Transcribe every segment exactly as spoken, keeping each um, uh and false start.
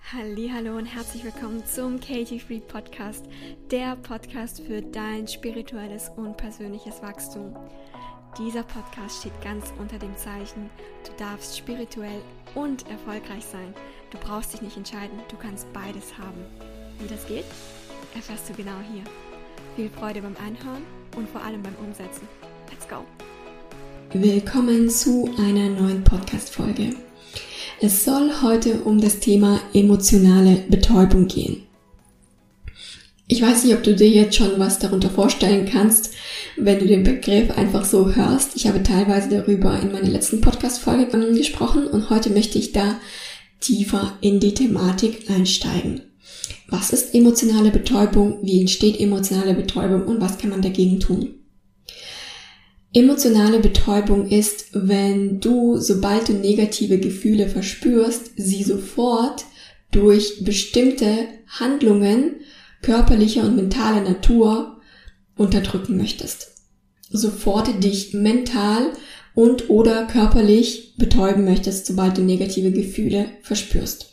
Hallihallo und herzlich willkommen zum Katie Free Podcast, der Podcast für dein spirituelles und persönliches Wachstum. Dieser Podcast steht ganz unter dem Zeichen, du darfst spirituell und erfolgreich sein. Du brauchst dich nicht entscheiden, du kannst beides haben. Wie das geht, erfährst du genau hier. Viel Freude beim Anhören und vor allem beim Umsetzen. Let's go! Willkommen zu einer neuen Podcast-Folge. Es soll heute um das Thema emotionale Betäubung gehen. Ich weiß nicht, ob du dir jetzt schon was darunter vorstellen kannst, wenn du den Begriff einfach so hörst. Ich habe teilweise darüber in meiner letzten Podcast-Folge gesprochen und heute möchte ich da tiefer in die Thematik einsteigen. Was ist emotionale Betäubung? Wie entsteht emotionale Betäubung und was kann man dagegen tun? Emotionale Betäubung ist, wenn du, sobald du negative Gefühle verspürst, sie sofort durch bestimmte Handlungen körperlicher und mentaler Natur unterdrücken möchtest. Sofort dich mental und oder körperlich betäuben möchtest, sobald du negative Gefühle verspürst.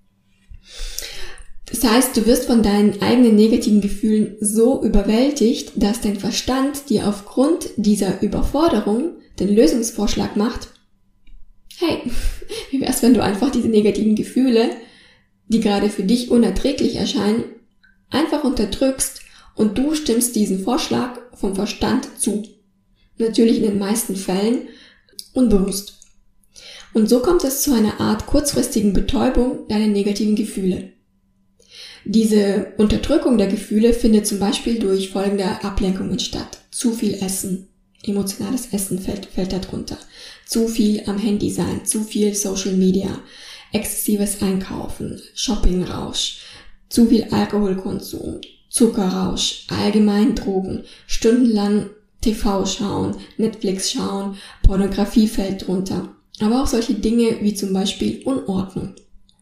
Das heißt, du wirst von deinen eigenen negativen Gefühlen so überwältigt, dass dein Verstand dir aufgrund dieser Überforderung den Lösungsvorschlag macht: Hey, wie wär's, wenn du einfach diese negativen Gefühle, die gerade für dich unerträglich erscheinen, einfach unterdrückst und du stimmst diesen Vorschlag vom Verstand zu. Natürlich in den meisten Fällen unbewusst. Und so kommt es zu einer Art kurzfristigen Betäubung deiner negativen Gefühle. Diese Unterdrückung der Gefühle findet zum Beispiel durch folgende Ablenkungen statt. Zu viel Essen, emotionales Essen fällt, fällt darunter. Zu viel am Handy sein, zu viel Social Media, exzessives Einkaufen, Shoppingrausch, zu viel Alkoholkonsum, Zuckerrausch, allgemein Drogen, stundenlang T V schauen, Netflix schauen, Pornografie fällt drunter. Aber auch solche Dinge wie zum Beispiel Unordnung.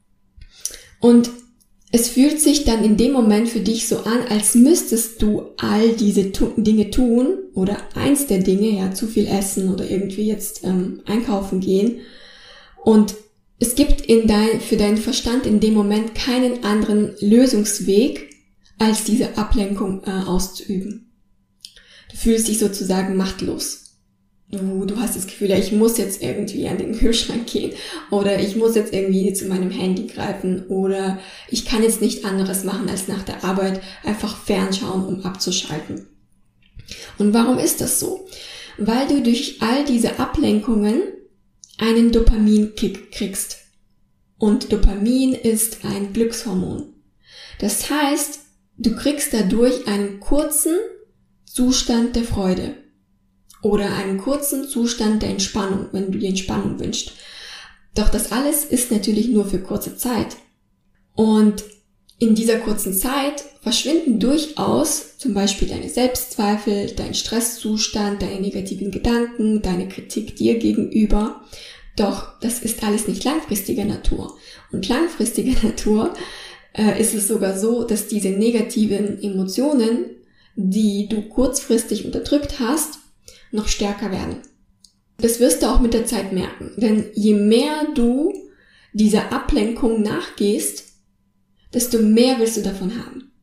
Und es fühlt sich dann in dem Moment für dich so an, als müsstest du all diese tu- Dinge tun oder eins der Dinge, ja, zu viel essen oder irgendwie jetzt ähm, einkaufen gehen. Und es gibt in dein, für deinen Verstand in dem Moment keinen anderen Lösungsweg, als diese Ablenkung äh, auszuüben. Du fühlst dich sozusagen machtlos. Du, du hast das Gefühl, ja, ich muss jetzt irgendwie an den Kühlschrank gehen oder ich muss jetzt irgendwie zu meinem Handy greifen oder ich kann jetzt nicht anderes machen, als nach der Arbeit einfach fernschauen, um abzuschalten. Und warum ist das so? Weil du durch all diese Ablenkungen einen Dopaminkick kriegst. Und Dopamin ist ein Glückshormon. Das heißt, du kriegst dadurch einen kurzen Zustand der Freude. Oder einen kurzen Zustand der Entspannung, wenn du dir Entspannung wünschst. Doch das alles ist natürlich nur für kurze Zeit. Und in dieser kurzen Zeit verschwinden durchaus zum Beispiel deine Selbstzweifel, dein Stresszustand, deine negativen Gedanken, deine Kritik dir gegenüber. Doch das ist alles nicht langfristiger Natur. Und langfristiger Natur äh, ist es sogar so, dass diese negativen Emotionen, die du kurzfristig unterdrückt hast, noch stärker werden. Das wirst du auch mit der Zeit merken, denn je mehr du dieser Ablenkung nachgehst, desto mehr willst du davon haben.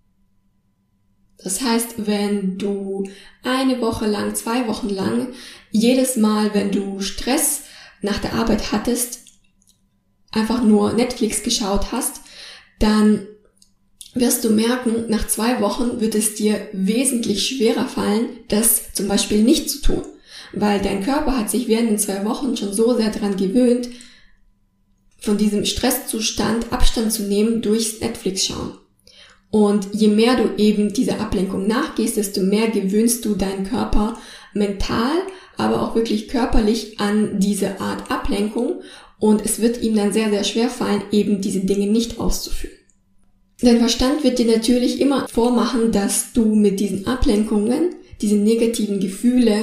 Das heißt, wenn du eine Woche lang, zwei Wochen lang, jedes Mal, wenn du Stress nach der Arbeit hattest, einfach nur Netflix geschaut hast, dann wirst du merken, nach zwei Wochen wird es dir wesentlich schwerer fallen, das zum Beispiel nicht zu tun. Weil dein Körper hat sich während den zwei Wochen schon so sehr daran gewöhnt, von diesem Stresszustand Abstand zu nehmen durchs Netflix schauen. Und je mehr du eben dieser Ablenkung nachgehst, desto mehr gewöhnst du deinen Körper mental, aber auch wirklich körperlich an diese Art Ablenkung. Und es wird ihm dann sehr, sehr schwer fallen, eben diese Dinge nicht auszuführen. Dein Verstand wird dir natürlich immer vormachen, dass du mit diesen Ablenkungen, diese negativen Gefühle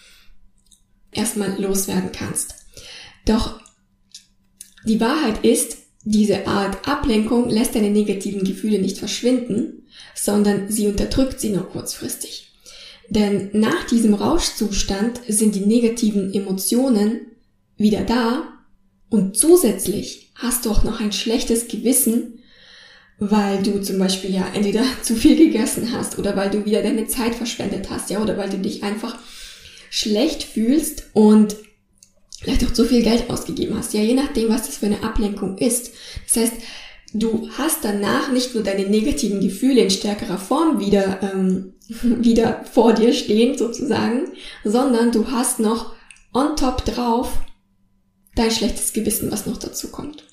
erstmal loswerden kannst. Doch die Wahrheit ist, diese Art Ablenkung lässt deine negativen Gefühle nicht verschwinden, sondern sie unterdrückt sie nur kurzfristig. Denn nach diesem Rauschzustand sind die negativen Emotionen wieder da und zusätzlich hast du auch noch ein schlechtes Gewissen, weil du zum Beispiel ja entweder zu viel gegessen hast oder weil du wieder deine Zeit verschwendet hast, ja, oder weil du dich einfach schlecht fühlst und vielleicht auch zu viel Geld ausgegeben hast, ja, je nachdem, was das für eine Ablenkung ist. Das heißt, du hast danach nicht nur deine negativen Gefühle in stärkerer Form wieder, ähm, wieder vor dir stehen, sozusagen, sondern du hast noch on top drauf dein schlechtes Gewissen, was noch dazu kommt.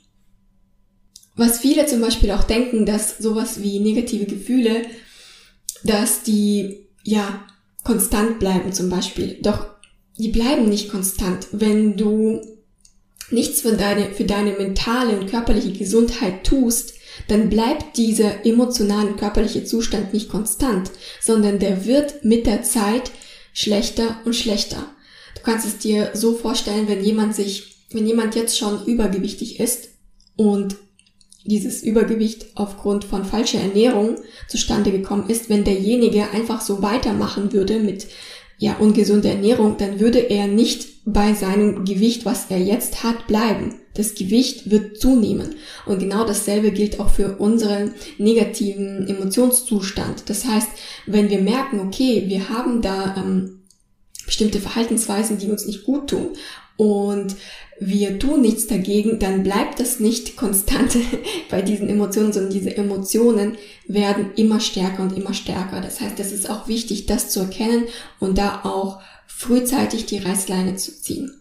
Was viele zum Beispiel auch denken, dass sowas wie negative Gefühle, dass die, ja, konstant bleiben zum Beispiel. Doch die bleiben nicht konstant. Wenn du nichts für deine, für deine mentale und körperliche Gesundheit tust, dann bleibt dieser emotionale und körperliche Zustand nicht konstant, sondern der wird mit der Zeit schlechter und schlechter. Du kannst es dir so vorstellen, wenn jemand sich, wenn jemand jetzt schon übergewichtig ist und dieses Übergewicht aufgrund von falscher Ernährung zustande gekommen ist, wenn derjenige einfach so weitermachen würde mit ja ungesunder Ernährung, dann würde er nicht bei seinem Gewicht, was er jetzt hat, bleiben. Das Gewicht wird zunehmen. Und genau dasselbe gilt auch für unseren negativen Emotionszustand. Das heißt, wenn wir merken, okay, wir haben da ähm, bestimmte Verhaltensweisen, die uns nicht gut tun und wir tun nichts dagegen, dann bleibt das nicht konstant bei diesen Emotionen, sondern diese Emotionen werden immer stärker und immer stärker. Das heißt, es ist auch wichtig, das zu erkennen und da auch frühzeitig die Reißleine zu ziehen.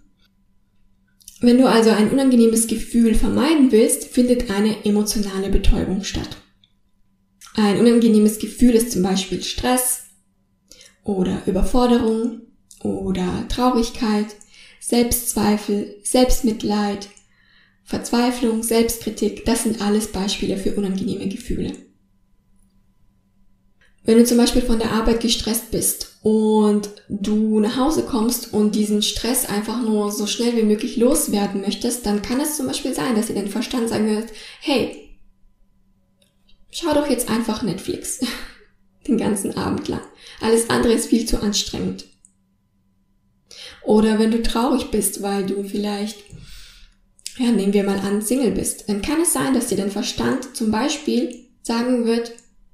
Wenn du also ein unangenehmes Gefühl vermeiden willst, findet eine emotionale Betäubung statt. Ein unangenehmes Gefühl ist zum Beispiel Stress oder Überforderung oder Traurigkeit, Selbstzweifel, Selbstmitleid, Verzweiflung, Selbstkritik, das sind alles Beispiele für unangenehme Gefühle. Wenn du zum Beispiel von der Arbeit gestresst bist und du nach Hause kommst und diesen Stress einfach nur so schnell wie möglich loswerden möchtest, dann kann es zum Beispiel sein, dass dir dein Verstand sagen wird, hey, schau doch jetzt einfach Netflix den ganzen Abend lang. Alles andere ist viel zu anstrengend. Oder wenn du traurig bist, weil du vielleicht, ja, nehmen wir mal an, Single bist, dann kann es sein, dass dir dein Verstand zum Beispiel sagen wird,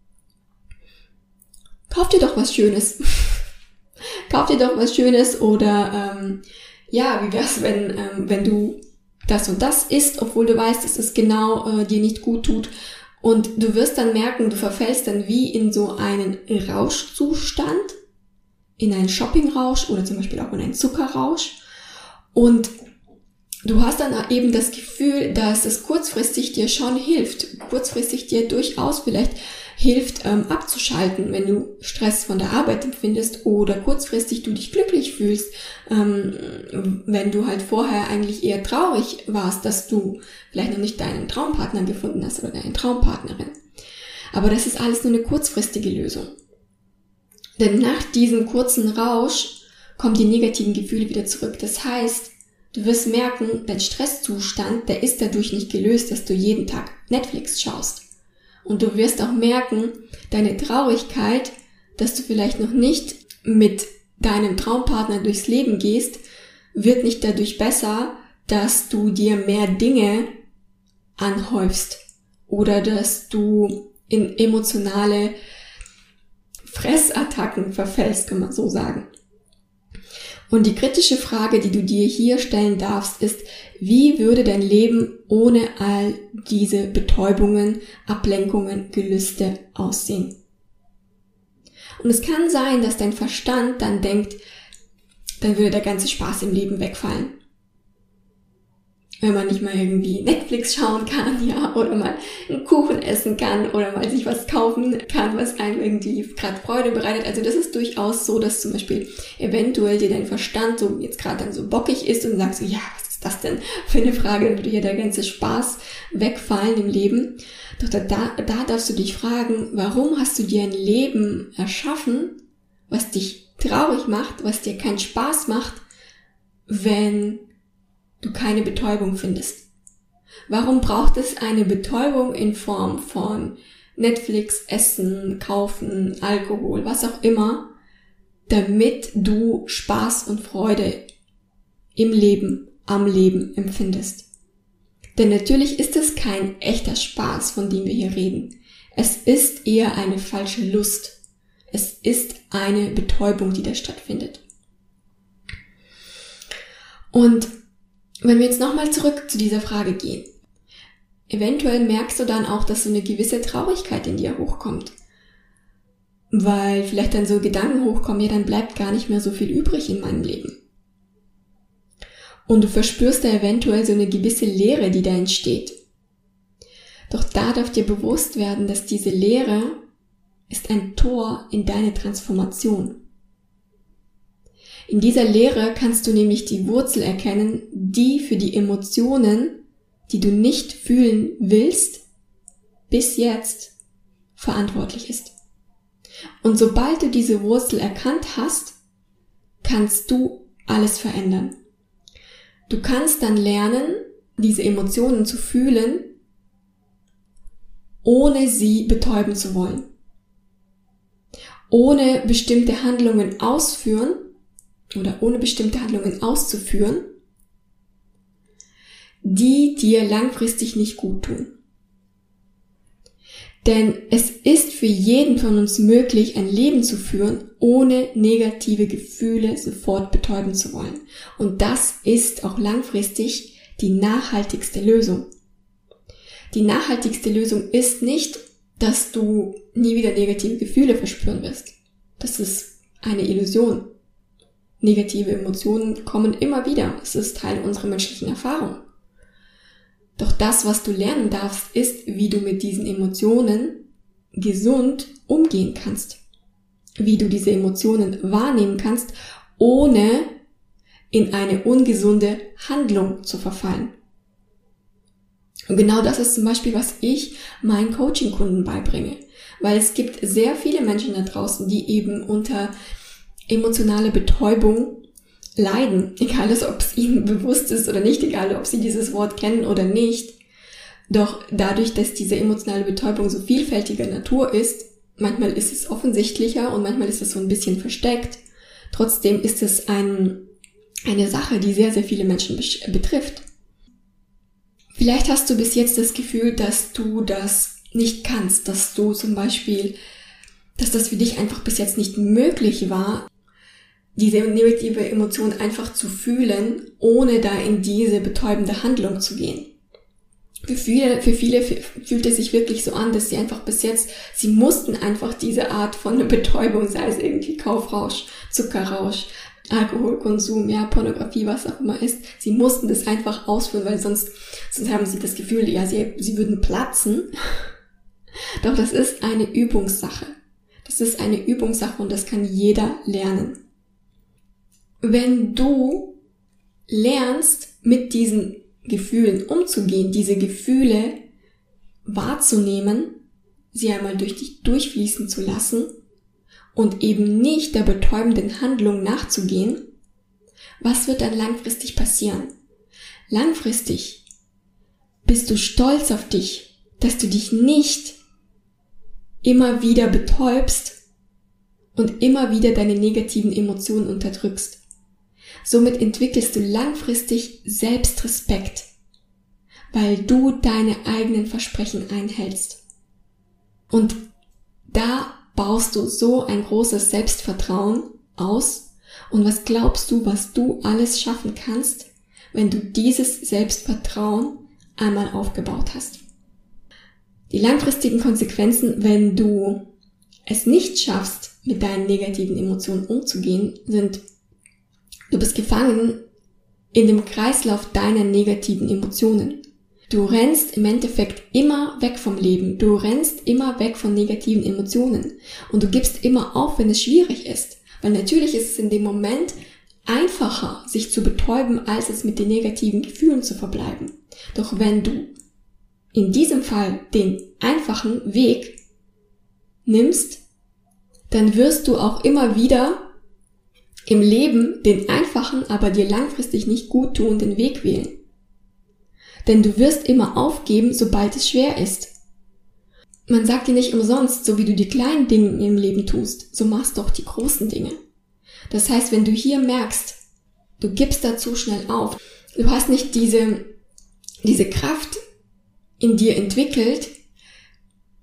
kauf dir doch was Schönes. Kauf dir doch was Schönes oder, ähm, ja, wie wär's, wenn, ähm, wenn du das und das isst, obwohl du weißt, dass es genau äh, dir nicht gut tut. Und du wirst dann merken, du verfällst dann wie in so einen Rauschzustand, in einen Shoppingrausch oder zum Beispiel auch in einen Zuckerrausch. Und du hast dann eben das Gefühl, dass es kurzfristig dir schon hilft, kurzfristig dir durchaus vielleicht hilft, ähm, abzuschalten, wenn du Stress von der Arbeit empfindest oder kurzfristig du dich glücklich fühlst, ähm, wenn du halt vorher eigentlich eher traurig warst, dass du vielleicht noch nicht deinen Traumpartner gefunden hast oder deine Traumpartnerin. Aber das ist alles nur eine kurzfristige Lösung. Denn nach diesem kurzen Rausch kommen die negativen Gefühle wieder zurück. Das heißt, du wirst merken, dein Stresszustand, der ist dadurch nicht gelöst, dass du jeden Tag Netflix schaust. Und du wirst auch merken, deine Traurigkeit, dass du vielleicht noch nicht mit deinem Traumpartner durchs Leben gehst, wird nicht dadurch besser, dass du dir mehr Dinge anhäufst oder dass du in emotionale Fressattacken verfällst, kann man so sagen. Und die kritische Frage, die du dir hier stellen darfst, ist, wie würde dein Leben ohne all diese Betäubungen, Ablenkungen, Gelüste aussehen? Und es kann sein, dass dein Verstand dann denkt, dann würde der ganze Spaß im Leben wegfallen. Wenn man nicht mal irgendwie Netflix schauen kann, ja, oder mal einen Kuchen essen kann oder mal sich was kaufen kann, was einem irgendwie gerade Freude bereitet. Also das ist durchaus so, dass zum Beispiel eventuell dir dein Verstand so jetzt gerade dann so bockig ist und sagst so, ja, was ist das denn für eine Frage? Dann würde hier der ganze Spaß wegfallen im Leben. Doch da, da, da darfst du dich fragen, warum hast du dir ein Leben erschaffen, was dich traurig macht, was dir keinen Spaß macht, wenn du keine Betäubung findest? Warum braucht es eine Betäubung in Form von Netflix, Essen, Kaufen, Alkohol, was auch immer, damit du Spaß und Freude im Leben, am Leben empfindest? Denn natürlich ist es kein echter Spaß, von dem wir hier reden. Es ist eher eine falsche Lust. Es ist eine Betäubung, die da stattfindet. Und wenn wir jetzt nochmal zurück zu dieser Frage gehen, eventuell merkst du dann auch, dass so eine gewisse Traurigkeit in dir hochkommt. Weil vielleicht dann so Gedanken hochkommen, ja, dann bleibt gar nicht mehr so viel übrig in meinem Leben. Und du verspürst da eventuell so eine gewisse Leere, die da entsteht. Doch da darf dir bewusst werden, dass diese Leere ist ein Tor in deine Transformation. In dieser Leere kannst du nämlich die Wurzel erkennen, die für die Emotionen, die du nicht fühlen willst, bis jetzt verantwortlich ist. Und sobald du diese Wurzel erkannt hast, kannst du alles verändern. Du kannst dann lernen, diese Emotionen zu fühlen, ohne sie betäuben zu wollen. Ohne bestimmte Handlungen ausführen oder ohne bestimmte Handlungen auszuführen, die dir langfristig nicht gut tun. Denn es ist für jeden von uns möglich, ein Leben zu führen, ohne negative Gefühle sofort betäuben zu wollen. Und das ist auch langfristig die nachhaltigste Lösung. Die nachhaltigste Lösung ist nicht, dass du nie wieder negative Gefühle verspüren wirst. Das ist eine Illusion. Negative Emotionen kommen immer wieder. Es ist Teil unserer menschlichen Erfahrung. Doch das, was du lernen darfst, ist, wie du mit diesen Emotionen gesund umgehen kannst. Wie du diese Emotionen wahrnehmen kannst, ohne in eine ungesunde Handlung zu verfallen. Und genau das ist zum Beispiel, was ich meinen Coaching-Kunden beibringe. Weil es gibt sehr viele Menschen da draußen, die eben unter emotionaler Betäubung leiden, egal ob es ihnen bewusst ist oder nicht, egal ob sie dieses Wort kennen oder nicht. Doch dadurch, dass diese emotionale Betäubung so vielfältiger Natur ist, manchmal ist es offensichtlicher und manchmal ist es so ein bisschen versteckt, trotzdem ist es ein, eine Sache, die sehr, sehr viele Menschen betrifft. Vielleicht hast du bis jetzt das Gefühl, dass du das nicht kannst, dass du zum Beispiel, dass das für dich einfach bis jetzt nicht möglich war, diese negative Emotion einfach zu fühlen, ohne da in diese betäubende Handlung zu gehen. Für viele, für viele fühlt es sich wirklich so an, dass sie einfach bis jetzt, sie mussten einfach diese Art von Betäubung, sei es irgendwie Kaufrausch, Zuckerrausch, Alkoholkonsum, ja, Pornografie, was auch immer ist, sie mussten das einfach ausführen, weil sonst, sonst haben sie das Gefühl, ja, sie, sie würden platzen. Doch das ist eine Übungssache. Das ist eine Übungssache und das kann jeder lernen. Wenn du lernst, mit diesen Gefühlen umzugehen, diese Gefühle wahrzunehmen, sie einmal durch dich durchfließen zu lassen und eben nicht der betäubenden Handlung nachzugehen, was wird dann langfristig passieren? Langfristig bist du stolz auf dich, dass du dich nicht immer wieder betäubst und immer wieder deine negativen Emotionen unterdrückst. Somit entwickelst du langfristig Selbstrespekt, weil du deine eigenen Versprechen einhältst. Und da baust du so ein großes Selbstvertrauen aus. Und was glaubst du, was du alles schaffen kannst, wenn du dieses Selbstvertrauen einmal aufgebaut hast? Die langfristigen Konsequenzen, wenn du es nicht schaffst, mit deinen negativen Emotionen umzugehen, sind: Du bist gefangen in dem Kreislauf deiner negativen Emotionen. Du rennst im Endeffekt immer weg vom Leben. Du rennst immer weg von negativen Emotionen. Und du gibst immer auf, wenn es schwierig ist. Weil natürlich ist es in dem Moment einfacher, sich zu betäuben, als es mit den negativen Gefühlen zu verbleiben. Doch wenn du in diesem Fall den einfachen Weg nimmst, dann wirst du auch immer wieder im Leben den einfachen, aber dir langfristig nicht gut tuenden Weg wählen. Denn du wirst immer aufgeben, sobald es schwer ist. Man sagt dir nicht umsonst, so wie du die kleinen Dinge im Leben tust, so machst du auch die großen Dinge. Das heißt, wenn du hier merkst, du gibst da zu schnell auf, du hast nicht diese, diese Kraft in dir entwickelt,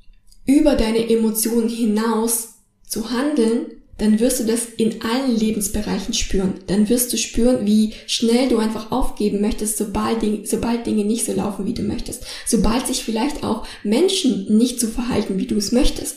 über deine Emotionen hinaus zu handeln, dann wirst du das in allen Lebensbereichen spüren. Dann wirst du spüren, wie schnell du einfach aufgeben möchtest, sobald Dinge, sobald Dinge nicht so laufen, wie du möchtest. Sobald sich vielleicht auch Menschen nicht so verhalten, wie du es möchtest.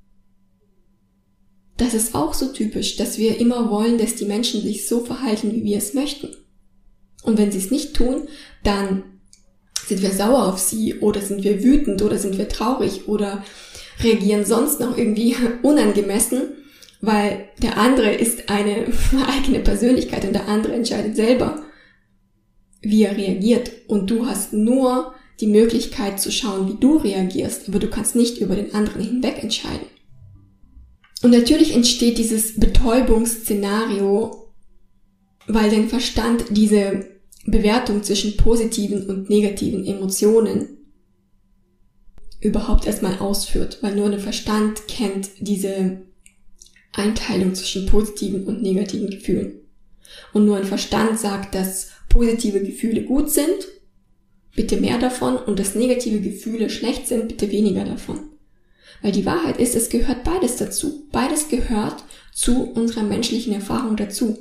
Das ist auch so typisch, dass wir immer wollen, dass die Menschen sich so verhalten, wie wir es möchten. Und wenn sie es nicht tun, dann sind wir sauer auf sie oder sind wir wütend oder sind wir traurig oder reagieren sonst noch irgendwie unangemessen, weil der andere ist eine eigene Persönlichkeit und der andere entscheidet selber, wie er reagiert. Und du hast nur die Möglichkeit zu schauen, wie du reagierst, aber du kannst nicht über den anderen hinweg entscheiden. Und natürlich entsteht dieses Betäubungsszenario, weil dein Verstand diese Bewertung zwischen positiven und negativen Emotionen überhaupt erstmal ausführt, weil nur der Verstand kennt diese Einteilung zwischen positiven und negativen Gefühlen. Und nur ein Verstand sagt, dass positive Gefühle gut sind, bitte mehr davon, und dass negative Gefühle schlecht sind, bitte weniger davon. Weil die Wahrheit ist, es gehört beides dazu. Beides gehört zu unserer menschlichen Erfahrung dazu.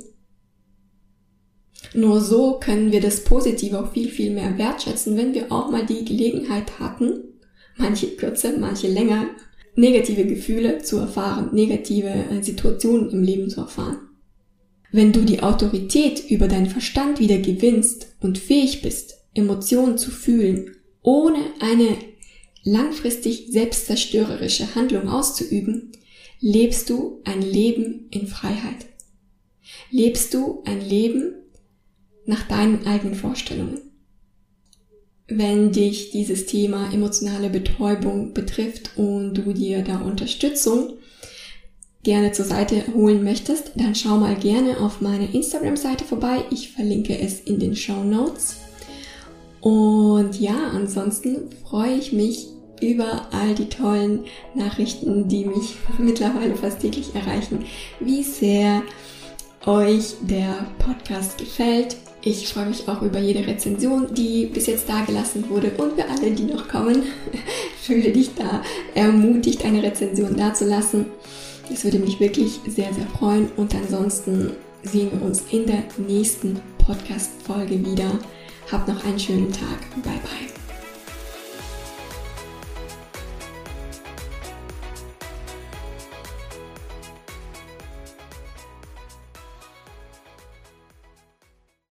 Nur so können wir das Positive auch viel, viel mehr wertschätzen, wenn wir auch mal die Gelegenheit hatten, manche kürzer, manche länger, negative Gefühle zu erfahren, negative Situationen im Leben zu erfahren. Wenn du die Autorität über deinen Verstand wieder gewinnst und fähig bist, Emotionen zu fühlen, ohne eine langfristig selbstzerstörerische Handlung auszuüben, lebst du ein Leben in Freiheit. Lebst du ein Leben nach deinen eigenen Vorstellungen. Wenn dich dieses Thema emotionale Betäubung betrifft und du dir da Unterstützung gerne zur Seite holen möchtest, dann schau mal gerne auf meine Instagram-Seite vorbei. Ich verlinke es in den Shownotes. Und ja, ansonsten freue ich mich über all die tollen Nachrichten, die mich mittlerweile fast täglich erreichen, wie sehr euch der Podcast gefällt. Ich freue mich auch über jede Rezension, die bis jetzt dagelassen wurde, und für alle, die noch kommen, fühle dich da ermutigt, eine Rezension dazulassen. Das würde mich wirklich sehr, sehr freuen, und ansonsten sehen wir uns in der nächsten Podcast-Folge wieder. Habt noch einen schönen Tag. Bye, bye.